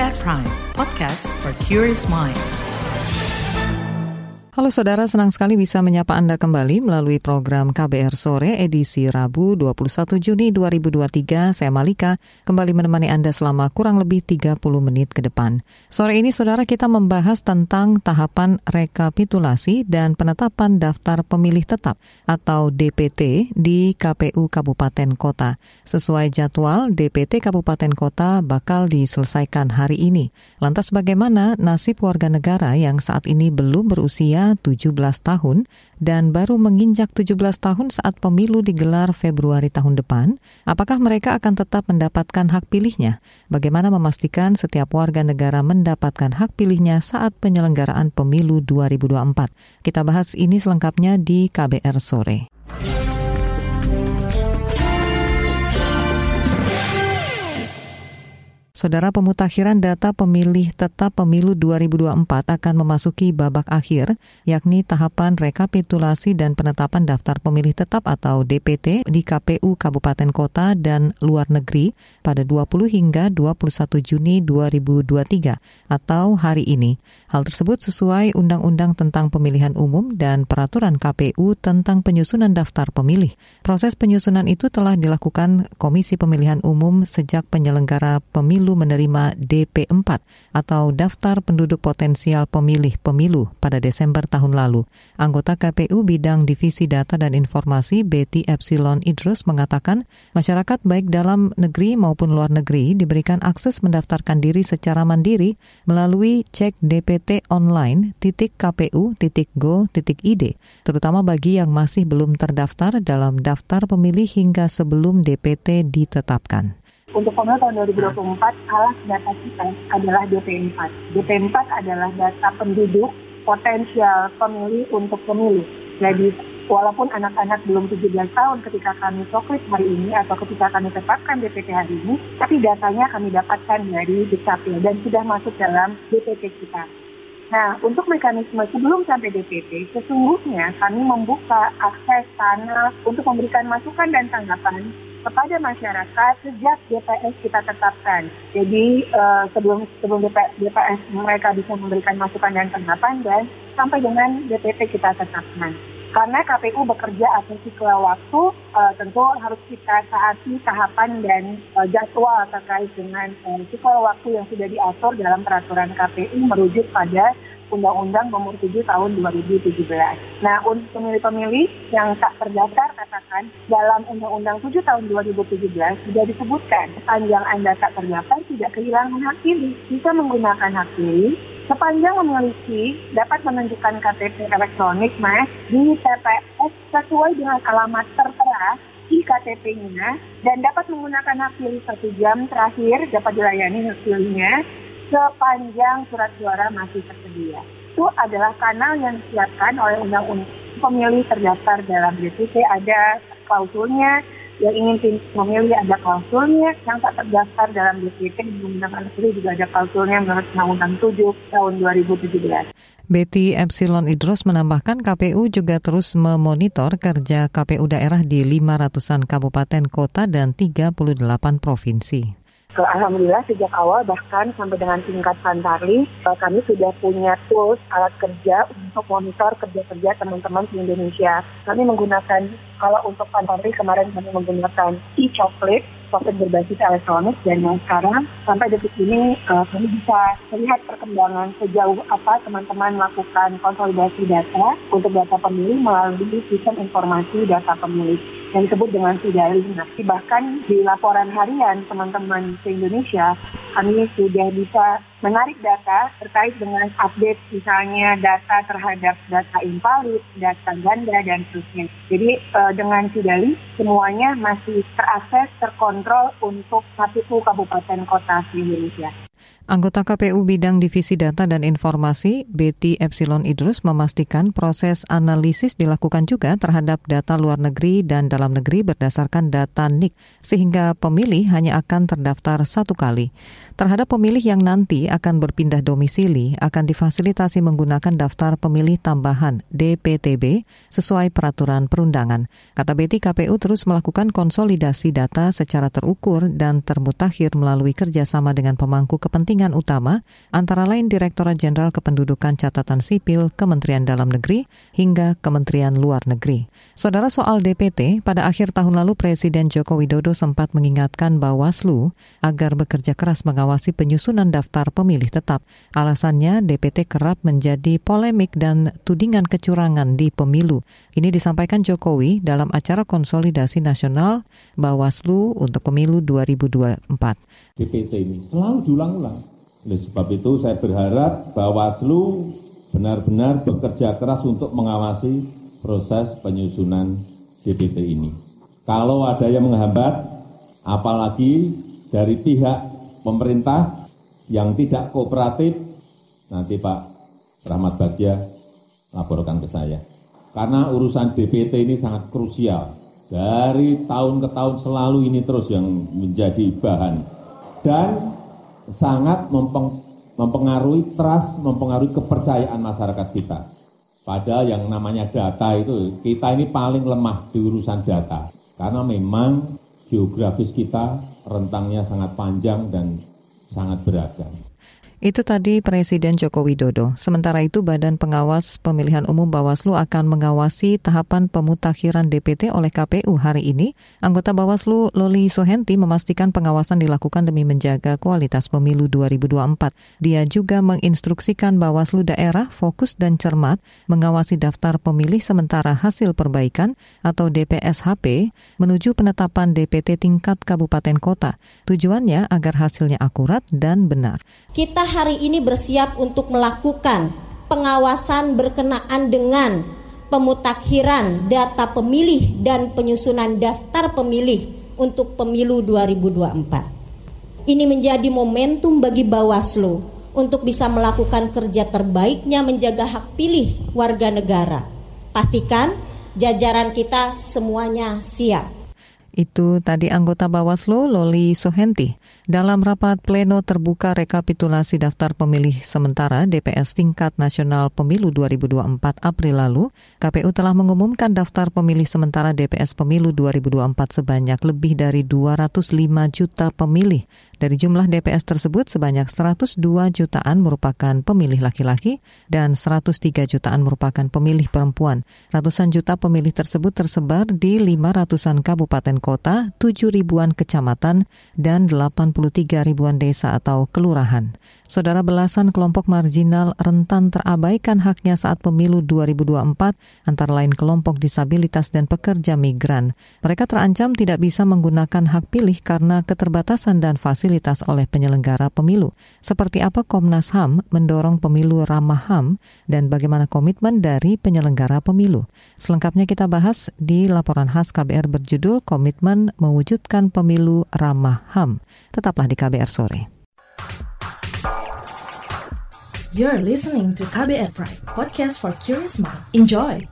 KBR Prime, podcast for curious mind. Halo saudara, senang sekali bisa menyapa Anda kembali melalui program KBR Sore edisi Rabu 21 Juni 2023. Saya Malika, kembali menemani Anda selama kurang lebih 30 menit ke depan. Sore ini saudara kita membahas tentang tahapan rekapitulasi dan penetapan daftar pemilih tetap atau DPT di KPU Kabupaten Kota. Sesuai jadwal, DPT Kabupaten Kota bakal diselesaikan hari ini. Lantas bagaimana nasib warga negara yang saat ini belum berusia 17 tahun dan baru menginjak 17 tahun saat pemilu digelar Februari tahun depan? Apakah mereka akan tetap mendapatkan hak pilihnya? Bagaimana memastikan setiap warga negara mendapatkan hak pilihnya saat penyelenggaraan pemilu 2024? Kita bahas ini selengkapnya di KBR Sore. Saudara, pemutakhiran data pemilih tetap pemilu 2024 akan memasuki babak akhir, yakni tahapan rekapitulasi dan penetapan daftar pemilih tetap atau DPT di KPU Kabupaten Kota dan luar negeri pada 20 hingga 21 Juni 2023 atau hari ini. Hal tersebut sesuai Undang-Undang tentang Pemilihan Umum dan Peraturan KPU tentang penyusunan daftar pemilih. Proses penyusunan itu telah dilakukan Komisi Pemilihan Umum sejak penyelenggara pemilu menerima DP4 atau Daftar Penduduk Potensial Pemilih Pemilu pada Desember tahun lalu. Anggota KPU Bidang Divisi Data dan Informasi Betty Epsilon Idrus mengatakan masyarakat baik dalam negeri maupun luar negeri diberikan akses mendaftarkan diri secara mandiri melalui cek dpt.online.kpu.go.id, terutama bagi yang masih belum terdaftar dalam daftar pemilih hingga sebelum DPT ditetapkan. Untuk pemilu tahun 2024, alas data kita adalah DP4. DP4 adalah data penduduk potensial pemilih untuk pemilu. Jadi, walaupun anak-anak belum 17 tahun ketika kami soklit hari ini atau ketika kami tetapkan DPT hari ini, tapi datanya kami dapatkan dari Dukcapil dan sudah masuk dalam DPT kita. Nah, untuk mekanisme sebelum sampai DPT, sesungguhnya kami membuka akses kanal untuk memberikan masukan dan tanggapan kepada masyarakat sejak DPS kita tetapkan. Jadi sebelum DPS mereka bisa memberikan masukan dan tanggapan dan sampai dengan DPT kita tetapkan. Karena KPU bekerja atas sikla waktu, tentu harus kita taati tahapan dan jadwal terkait dengan sikla waktu yang sudah diatur dalam peraturan KPU merujuk pada Undang-Undang Nomor 7 Tahun 2017. Nah, untuk pemilih-pemilih yang tak terdaftar, katakan dalam Undang-Undang 7 Tahun 2017 sudah disebutkan sepanjang Anda tak terdaftar tidak kehilangan hak pilih, bisa menggunakan hak pilih sepanjang memiliki dapat menunjukkan KTP elektronik di TPS sesuai dengan alamat tertera di KTP-nya dan dapat menggunakan hak pilih 1 jam terakhir dapat dilayani hak pilihnya sepanjang surat suara masih tersedia. Itu adalah kanal yang disiapkan oleh Undang-Undang pemilih terdaftar dalam DPT, ada klausulnya, yang ingin memilih ada klausulnya, yang tak terdaftar dalam DPT menggunakan pilih juga ada klausulnya menurut Undang-Undang 7 tahun 2017. Betty Epsilon Idrus menambahkan KPU juga terus memonitor kerja KPU daerah di 500-an kabupaten kota dan 38 provinsi. Alhamdulillah sejak awal bahkan sampai dengan tingkat Pantarli kami sudah punya tools alat kerja untuk monitor kerja-kerja teman-teman di Indonesia. Kami menggunakan, kalau untuk Pantarli kemarin kami menggunakan e-coklit, software berbasis elektronik, dan yang sekarang sampai detik ini kami bisa melihat perkembangan sejauh apa teman-teman melakukan konsolidasi data untuk data pemilih melalui sistem informasi data pemilih yang disebut dengan Sidali. Nah, bahkan di laporan harian teman-teman se-Indonesia, kami sudah bisa menarik data terkait dengan update misalnya data terhadap data invalid, data ganda, dan seterusnya. Jadi dengan Sidali semuanya masih terakses, terkontrol untuk 1 kabupaten kota di Indonesia. Anggota KPU Bidang Divisi Data dan Informasi, Betty Epsilon Idrus, memastikan proses analisis dilakukan juga terhadap data luar negeri dan dalam negeri berdasarkan data NIK, sehingga pemilih hanya akan terdaftar 1 kali. Terhadap pemilih yang nanti akan berpindah domisili, akan difasilitasi menggunakan daftar pemilih tambahan DPTB sesuai peraturan perundangan. Kata Betty, KPU terus melakukan konsolidasi data secara terukur dan termutakhir melalui kerjasama dengan pemangku kepentingan jaringan utama, antara lain Direktorat Jenderal Kependudukan Catatan Sipil, Kementerian Dalam Negeri, hingga Kementerian Luar Negeri. Saudara, soal DPT, pada akhir tahun lalu Presiden Joko Widodo sempat mengingatkan Bawaslu agar bekerja keras mengawasi penyusunan daftar pemilih tetap. Alasannya, DPT kerap menjadi polemik dan tudingan kecurangan di pemilu. Ini disampaikan Jokowi dalam acara konsolidasi nasional Bawaslu untuk pemilu 2024. DPT ini selalu diulang-ulang. Oleh sebab itu saya berharap Bawaslu benar-benar bekerja keras untuk mengawasi proses penyusunan DPT ini. Kalau ada yang menghambat, apalagi dari pihak pemerintah yang tidak kooperatif, nanti Pak Rahmat Bagja laporkan ke saya. Karena urusan DPT ini sangat krusial. Dari tahun ke tahun selalu ini terus yang menjadi bahan. Dan sangat mempengaruhi trust, mempengaruhi kepercayaan masyarakat kita. Padahal yang namanya data itu, kita ini paling lemah di urusan data. Karena memang geografis kita rentangnya sangat panjang dan sangat beragam. Itu tadi Presiden Joko Widodo. Sementara itu, Badan Pengawas Pemilihan Umum Bawaslu akan mengawasi tahapan pemutakhiran DPT oleh KPU hari ini. Anggota Bawaslu Loli Sohenti memastikan pengawasan dilakukan demi menjaga kualitas pemilu 2024. Dia juga menginstruksikan Bawaslu daerah fokus dan cermat mengawasi daftar pemilih sementara hasil perbaikan atau DPSHP menuju penetapan DPT tingkat kabupaten kota. Tujuannya agar hasilnya akurat dan benar. Kita hari ini bersiap untuk melakukan pengawasan berkenaan dengan pemutakhiran data pemilih dan penyusunan daftar pemilih untuk pemilu 2024. Ini menjadi momentum bagi Bawaslu untuk bisa melakukan kerja terbaiknya menjaga hak pilih warga negara. Pastikan jajaran kita semuanya siap. Itu tadi anggota Bawaslu Loli Sohenti. Dalam rapat pleno terbuka rekapitulasi daftar pemilih sementara DPS tingkat nasional pemilu 2024 April lalu, KPU telah mengumumkan daftar pemilih sementara DPS pemilu 2024 sebanyak lebih dari 205 juta pemilih. Dari jumlah DPS tersebut, sebanyak 102 jutaan merupakan pemilih laki-laki dan 103 jutaan merupakan pemilih perempuan. Ratusan juta pemilih tersebut tersebar di 500-an kabupaten kota, 7 ribuan kecamatan, dan 83 ribuan desa atau kelurahan. Saudara, belasan kelompok marginal rentan terabaikan haknya saat pemilu 2024, antara lain kelompok disabilitas dan pekerja migran. Mereka terancam tidak bisa menggunakan hak pilih karena keterbatasan dan fasilitas oleh penyelenggara pemilu. Seperti apa Komnas HAM mendorong pemilu ramah HAM dan bagaimana komitmen dari penyelenggara pemilu? Selengkapnya kita bahas di laporan khas KBR berjudul Komitmen Mewujudkan Pemilu Ramah HAM. Tetaplah di KBR Sore. You're listening to KBR Pride, podcast for curious mind. Enjoy!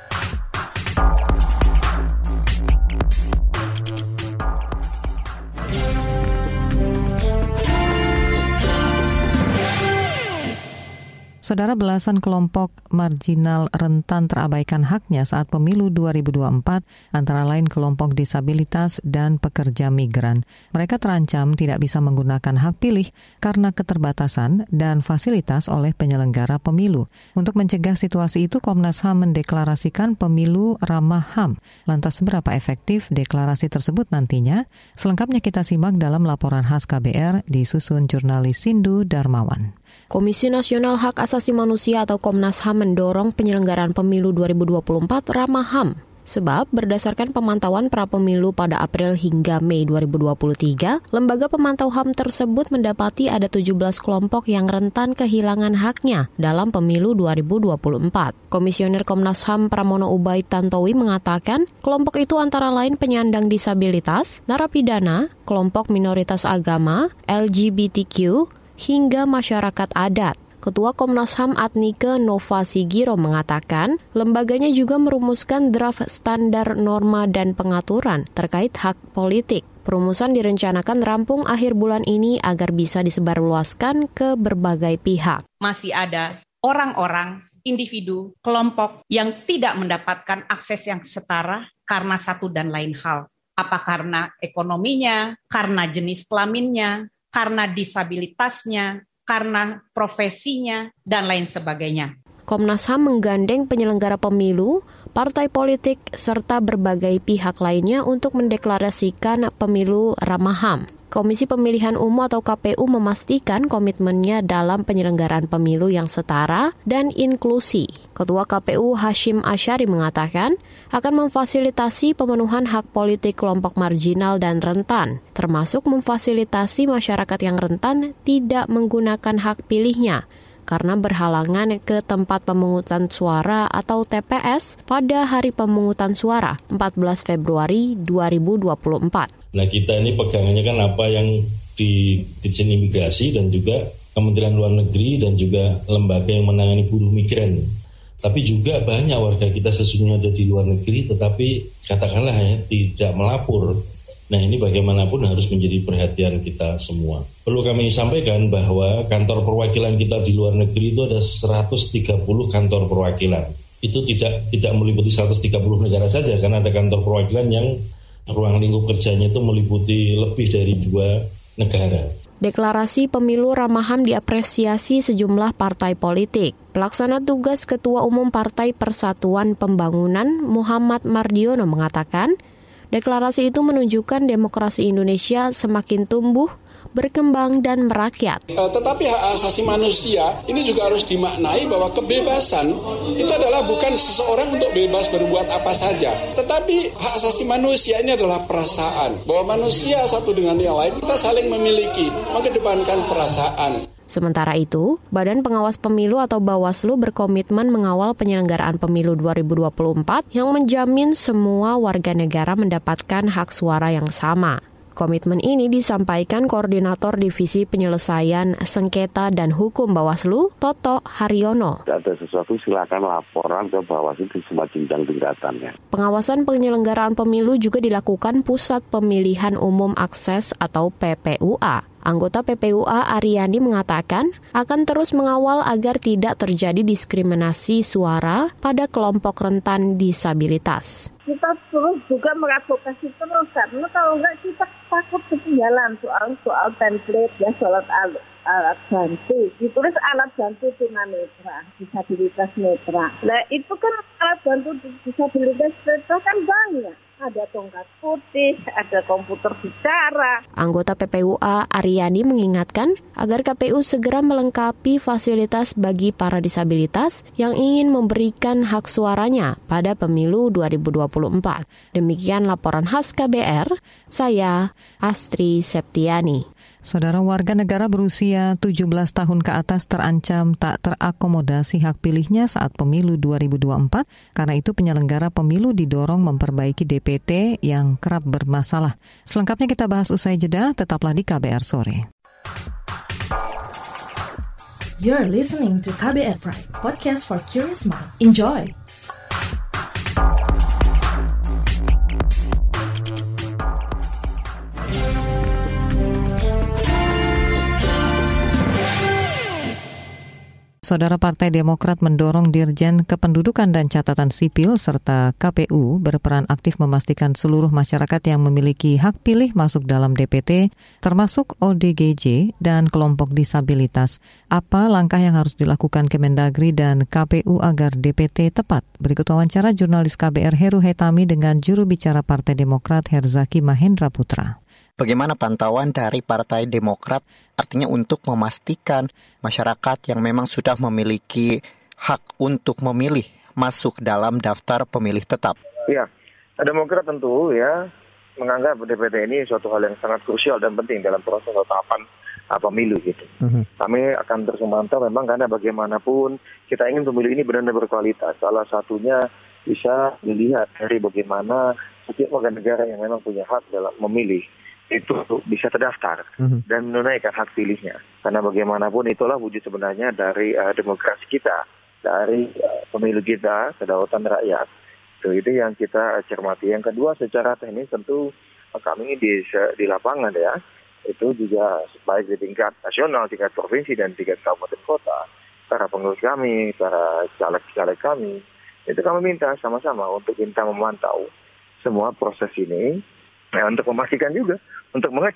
Saudara, belasan kelompok marginal rentan terabaikan haknya saat pemilu 2024, antara lain kelompok disabilitas dan pekerja migran. Mereka terancam tidak bisa menggunakan hak pilih karena keterbatasan dan fasilitas oleh penyelenggara pemilu. Untuk mencegah situasi itu, Komnas HAM mendeklarasikan pemilu ramah HAM. Lantas seberapa efektif deklarasi tersebut nantinya? Selengkapnya kita simak dalam laporan khas KBR disusun jurnalis Sindu Darmawan. Komisi Nasional Hak Asasi Manusia atau Komnas HAM mendorong penyelenggaraan pemilu 2024 ramah HAM. Sebab berdasarkan pemantauan pra-pemilu pada April hingga Mei 2023, lembaga pemantau HAM tersebut mendapati ada 17 kelompok yang rentan kehilangan haknya dalam pemilu 2024. Komisioner Komnas HAM Pramono Ubaid Tantowi mengatakan, kelompok itu antara lain penyandang disabilitas, narapidana, kelompok minoritas agama, LGBTQ, hingga masyarakat adat. Ketua Komnas HAM Adnike Nova Sigiro mengatakan, lembaganya juga merumuskan draft standar norma dan pengaturan terkait hak politik. Perumusan direncanakan rampung akhir bulan ini agar bisa disebarluaskan ke berbagai pihak. Masih ada orang-orang, individu, kelompok yang tidak mendapatkan akses yang setara karena satu dan lain hal. Apa karena ekonominya, karena jenis kelaminnya, karena disabilitasnya, karena profesinya, dan lain sebagainya. Komnas HAM menggandeng penyelenggara pemilu, partai politik, serta berbagai pihak lainnya untuk mendeklarasikan pemilu ramah HAM. Komisi Pemilihan Umum atau KPU memastikan komitmennya dalam penyelenggaraan pemilu yang setara dan inklusi. Ketua KPU Hashim Asyari mengatakan akan memfasilitasi pemenuhan hak politik kelompok marginal dan rentan, termasuk memfasilitasi masyarakat yang rentan tidak menggunakan hak pilihnya karena berhalangan ke tempat pemungutan suara atau TPS pada hari pemungutan suara 14 Februari 2024. Nah, kita ini pegangannya kan apa yang di Ditjen Imigrasi dan juga Kementerian Luar Negeri dan juga lembaga yang menangani buruh migran. Tapi juga banyak warga kita sesungguhnya ada di luar negeri tetapi katakanlah ya tidak melapor. Nah, ini bagaimanapun harus menjadi perhatian kita semua. Perlu kami sampaikan bahwa kantor perwakilan kita di luar negeri itu ada 130 kantor perwakilan. Itu tidak meliputi 130 negara saja, karena ada kantor perwakilan yang ruang lingkup kerjanya itu meliputi lebih dari 2 negara. Deklarasi pemilu ramah HAM diapresiasi sejumlah partai politik. Pelaksana tugas Ketua Umum Partai Persatuan Pembangunan Muhammad Mardiono mengatakan, deklarasi itu menunjukkan demokrasi Indonesia semakin tumbuh, berkembang, dan merakyat. Tetapi hak asasi manusia ini juga harus dimaknai bahwa kebebasan itu adalah bukan seseorang untuk bebas berbuat apa saja. Tetapi hak asasi manusia ini adalah perasaan. Bahwa manusia satu dengan yang lain, kita saling memiliki, mengedepankan perasaan. Sementara itu, Badan Pengawas Pemilu atau Bawaslu berkomitmen mengawal penyelenggaraan pemilu 2024 yang menjamin semua warga negara mendapatkan hak suara yang sama. Komitmen ini disampaikan Koordinator Divisi Penyelesaian Sengketa dan Hukum Bawaslu, Toto Haryono. Ada sesuatu silakan laporan ke Bawaslu di semua jenjang tingkatannya. Pengawasan penyelenggaraan pemilu juga dilakukan Pusat Pemilihan Umum Akses atau PPUA. Anggota PPUA Aryani mengatakan akan terus mengawal agar tidak terjadi diskriminasi suara pada kelompok rentan disabilitas. Kita terus juga mengadvokasi terus, karena kalau enggak kita takut ketinggalan soal template ya, soal alat bantu. Ditulis alat bantu tunanetra, disabilitas netra. Nah itu kan alat bantu disabilitas netra kan banyak. Ada tongkat putih, ada komputer bicara. Anggota PPUA Aryani mengingatkan agar KPU segera melengkapi fasilitas bagi para disabilitas yang ingin memberikan hak suaranya pada pemilu 2024. Demikian laporan khas KBR, saya Astri Septiani. Saudara, warga negara berusia 17 tahun ke atas terancam tak terakomodasi hak pilihnya saat pemilu 2024. Karena itu penyelenggara pemilu didorong memperbaiki DPT yang kerap bermasalah. Selengkapnya kita bahas usai jeda, tetaplah di KBR Sore. You're listening to KBR Pride, podcast for curious mind. Enjoy! Saudara, Partai Demokrat mendorong Dirjen Kependudukan dan Catatan Sipil serta KPU berperan aktif memastikan seluruh masyarakat yang memiliki hak pilih masuk dalam DPT, termasuk ODGJ dan kelompok disabilitas. Apa langkah yang harus dilakukan Kemendagri dan KPU agar DPT tepat? Berikut wawancara jurnalis KBR Heru Hetami dengan juru bicara Partai Demokrat Herzaki Mahendra Putra. Bagaimana pantauan dari Partai Demokrat, artinya untuk memastikan masyarakat yang memang sudah memiliki hak untuk memilih masuk dalam daftar pemilih tetap? Ya, Demokrat tentu ya menganggap DPT ini suatu hal yang sangat krusial dan penting dalam proses tahapan pemilu gitu. Kami akan terus memantau memang karena bagaimanapun kita ingin pemilu ini benar-benar berkualitas. Salah satunya bisa dilihat dari bagaimana setiap warga negara yang memang punya hak dalam memilih itu bisa terdaftar dan menunaikan hak pilihnya. Karena bagaimanapun itulah wujud sebenarnya dari demokrasi kita, dari pemilu kita, kedaulatan rakyat. Itu yang kita cermati. Yang kedua, secara teknis tentu kami di lapangan ya, itu juga baik di tingkat nasional, tingkat provinsi dan tingkat kabupaten kota, para pengurus kami, para caleg-caleg kami, itu kami minta sama-sama untuk kita memantau semua proses ini. Untuk memastikan juga, untuk mengecek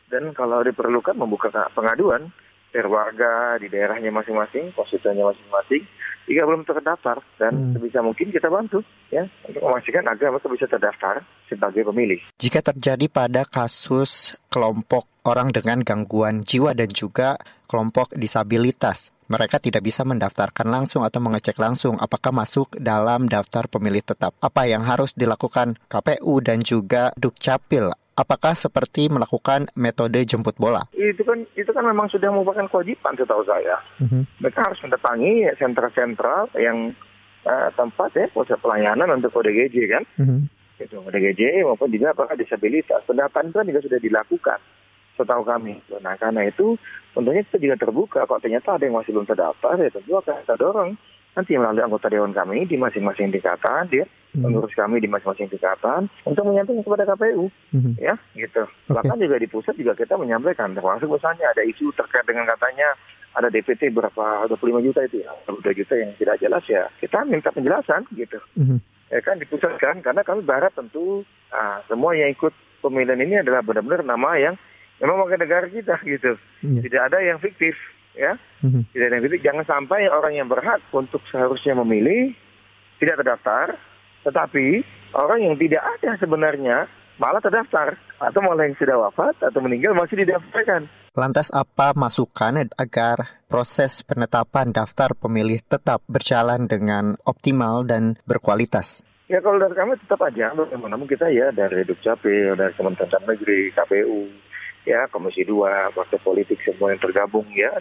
dan kalau diperlukan membuka pengaduan dari warga di daerahnya masing-masing, konstituennya masing-masing, jika belum terdaftar, dan sebisa mungkin kita bantu ya untuk memastikan agar mereka bisa terdaftar sebagai pemilih. Jika terjadi pada kasus kelompok orang dengan gangguan jiwa dan juga kelompok disabilitas, mereka tidak bisa mendaftarkan langsung atau mengecek langsung apakah masuk dalam daftar pemilih tetap. Apa yang harus dilakukan KPU dan juga Dukcapil? Apakah seperti melakukan metode jemput bola? Itu kan memang sudah merupakan kewajiban setahu saya. Mereka harus mendatangi sentra-sentra yang tempat pusat pelayanan untuk ODGJ kan. Itu ODGJ maupun juga para disabilitas. Pendataan itu juga sudah dilakukan setahu kami. Nah karena itu tentunya kita juga terbuka. Kalau ternyata ada yang masih belum terdaftar, ya tentu akan kita dorong nanti melalui anggota dewan kami di masing-masing tingkatan, pengurus kami di masing-masing tingkatan untuk menyampaikan kepada KPU, ya, gitu. Bahkan juga di pusat juga kita menyampaikan, termasuk misalnya ada isu terkait dengan katanya ada DPT berapa 25 juta itu ya, 22 juta yang tidak jelas ya, kita minta penjelasan, gitu. Ya kan di pusat kan, karena kami berharap tentu semua yang ikut pemilihan ini adalah benar-benar nama yang memang warga negara kita, gitu. Tidak ada yang fiktif. Ya, tidak ada yang fiktif. Jangan sampai orang yang berhak untuk seharusnya memilih tidak terdaftar, tetapi orang yang tidak ada sebenarnya malah terdaftar, atau malah yang sudah wafat atau meninggal masih didaftarkan. Lantas apa masukan agar proses penetapan daftar pemilih tetap berjalan dengan optimal dan berkualitas? Ya kalau dari kami tetap aja, namun kita ya dari Dukcapil, dari Kementerian Dalam Negeri, KPU, ya Komisi 2, partai politik semua yang tergabung ya.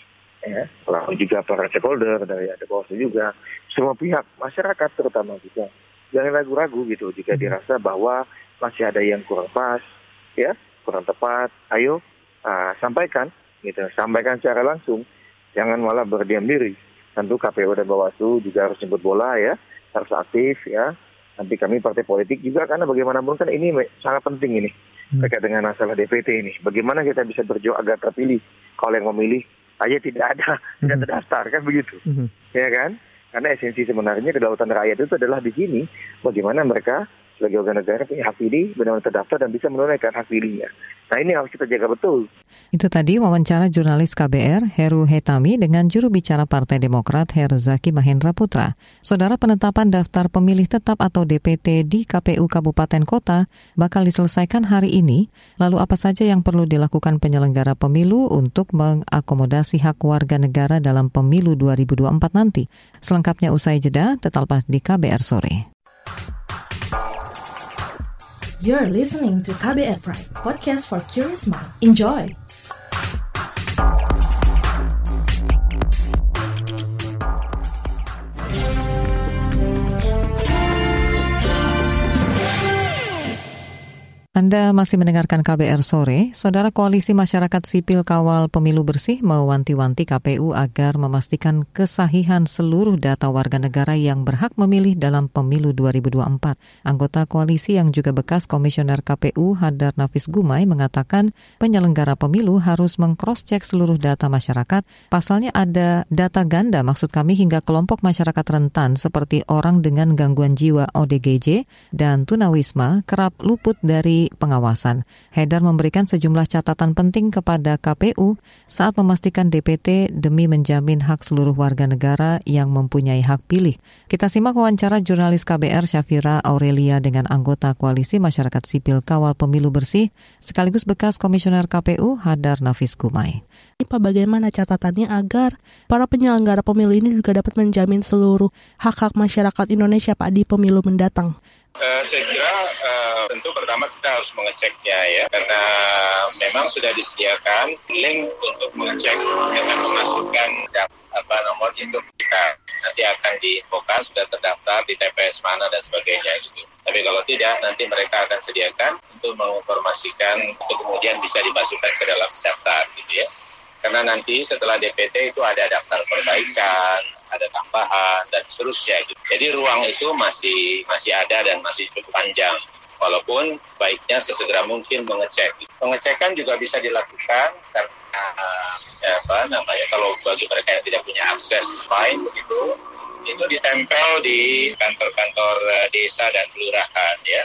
Ya, lalu juga para stakeholder dari ada Bawaslu juga, semua pihak masyarakat terutama juga jangan ragu-ragu gitu jika dirasa bahwa masih ada yang kurang pas, ya kurang tepat, ayo sampaikan gitu, sampaikan secara langsung, jangan malah berdiam diri. Tentu KPU dan Bawaslu juga harus jemput bola ya, harus aktif ya. Nanti kami partai politik juga karena bagaimanapun kan ini sangat penting ini terkait dengan masalah DPT ini. Bagaimana kita bisa berjuang agar terpilih kalau yang memilih aja tidak ada, tidak terdaftar, kan begitu. Ya kan? Karena esensi sebenarnya kedaulatan rakyat itu adalah di sini, bagaimana mereka sebagai warga negara punya hak pilih, benar-benar terdaftar dan bisa menunaikan hak pilihnya. Nah ini harus kita jaga betul. Itu tadi wawancara jurnalis KBR Heru Hetami dengan juru bicara Partai Demokrat Herzaki Mahendra Putra. Saudara, penetapan daftar pemilih tetap atau DPT di KPU Kabupaten Kota bakal diselesaikan hari ini. Lalu apa saja yang perlu dilakukan penyelenggara pemilu untuk mengakomodasi hak warga negara dalam pemilu 2024 nanti? Selengkapnya usai jeda, tetaplah di KBR Sore. You're listening to KBR Pride, podcast for curious mind. Enjoy! Anda masih mendengarkan KBR Sore. Saudara, Koalisi Masyarakat Sipil Kawal Pemilu Bersih mewanti-wanti KPU agar memastikan kesahihan seluruh data warga negara yang berhak memilih dalam pemilu 2024. Anggota koalisi yang juga bekas Komisioner KPU Hadar Nafis Gumai mengatakan penyelenggara pemilu harus meng-cross-check seluruh data masyarakat. Pasalnya ada data ganda, maksud kami hingga kelompok masyarakat rentan seperti orang dengan gangguan jiwa ODGJ dan tunawisma kerap luput dari pengawasan. Haidar memberikan sejumlah catatan penting kepada KPU saat memastikan DPT demi menjamin hak seluruh warga negara yang mempunyai hak pilih. Kita simak wawancara jurnalis KBR Syafira Aurelia dengan anggota Koalisi Masyarakat Sipil Kawal Pemilu Bersih sekaligus bekas Komisioner KPU Hadar Nafis Gumai. Pak, bagaimana catatannya agar para penyelenggara pemilu ini juga dapat menjamin seluruh hak-hak masyarakat Indonesia, Pak, di pemilu mendatang? Saya kira tentu pertama kita harus mengeceknya ya, karena memang sudah disediakan link untuk mengecek dengan memasukkan nomor induk kita. Nanti akan diinfokan sudah terdaftar di TPS mana dan sebagainya gitu. Tapi kalau tidak, nanti mereka akan sediakan untuk menginformasikan untuk kemudian bisa dimasukkan ke dalam daftar gitu ya. Karena nanti setelah DPT itu ada daftar perbaikan, ada tambahan dan seterusnya gitu. Jadi ruang itu masih ada dan masih cukup panjang. Walaupun baiknya sesegera mungkin mengecek. Pengecekan juga bisa dilakukan karena kalau bagi mereka yang tidak punya akses lain begitu, itu ditempel di kantor-kantor desa dan kelurahan ya.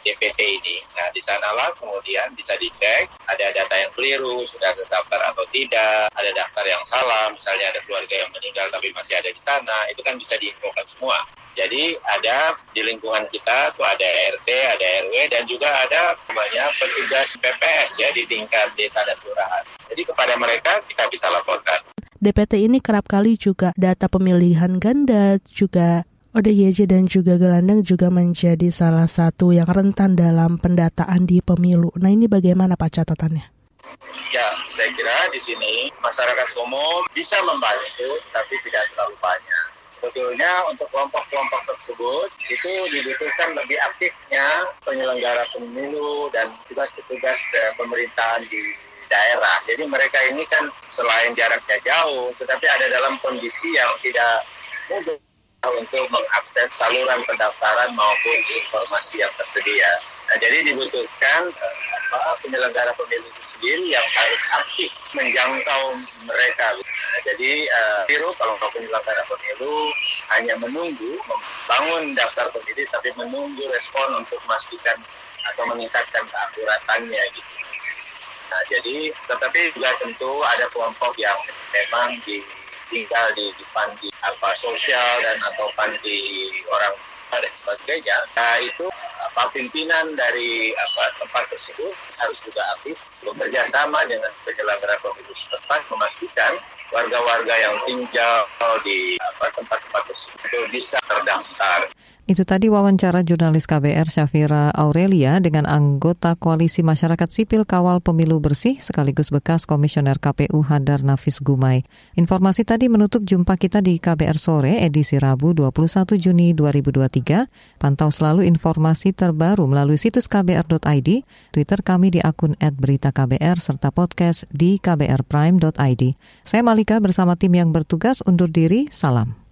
DPT ini. Nah, di sanalah kemudian bisa dicek ada data yang keliru, sudah terdaftar atau tidak, ada daftar yang salah, misalnya ada keluarga yang meninggal tapi masih ada di sana, itu kan bisa diinfokan semua. Jadi ada di lingkungan kita tuh ada RT, ada RW, dan juga ada namanya petugas PPS ya di tingkat desa dan kelurahan. Jadi kepada mereka kita bisa laporkan. DPT ini kerap kali juga data pemilihan ganda, juga ODGJ dan juga gelandang juga menjadi salah satu yang rentan dalam pendataan di pemilu. Nah, ini bagaimana Pak catatannya? Ya, saya kira di sini masyarakat umum bisa membantu, tapi tidak terlalu banyak. Sebetulnya untuk kelompok-kelompok tersebut itu dibutuhkan lebih aktifnya penyelenggara pemilu dan tugas-tugas pemerintahan di daerah. Jadi mereka ini kan selain jaraknya jauh, tetapi ada dalam kondisi yang tidak mudah untuk mengakses saluran pendaftaran maupun informasi yang tersedia. Nah, jadi dibutuhkan penyelenggara pemilu itu sendiri yang harus aktif menjangkau mereka. Nah, jadi kalau penyelenggara pemilu hanya menunggu, membangun daftar pemilih, tapi menunggu respon untuk memastikan atau meningkatkan keakuratannya gitu. Nah, jadi tetapi juga tentu ada kelompok yang memang tinggal di panti sosial dan atau panti orang dan sebagainya. Nah, itu pimpinan dari tempat tersebut harus juga aktif bekerja sama dengan penyelenggara pemilu setempat memastikan warga-warga yang tinggal di tempat-tempat tersebut bisa terdaftar. Itu tadi wawancara jurnalis KBR Syafira Aurelia dengan anggota Koalisi Masyarakat Sipil Kawal Pemilu Bersih sekaligus bekas Komisioner KPU Hadar Nafis Gumai. Informasi tadi menutup jumpa kita di KBR Sore edisi Rabu 21 Juni 2023. Pantau selalu informasi terbaru melalui situs kbr.id, Twitter kami di akun @beritaKBR serta podcast di kbrprime.id. Saya Malika bersama tim yang bertugas undur diri, salam.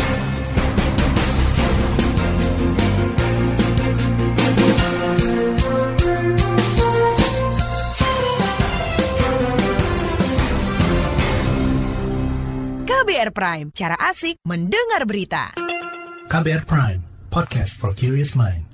KBR Prime, cara asik mendengar berita. KBR Prime, podcast for curious mind.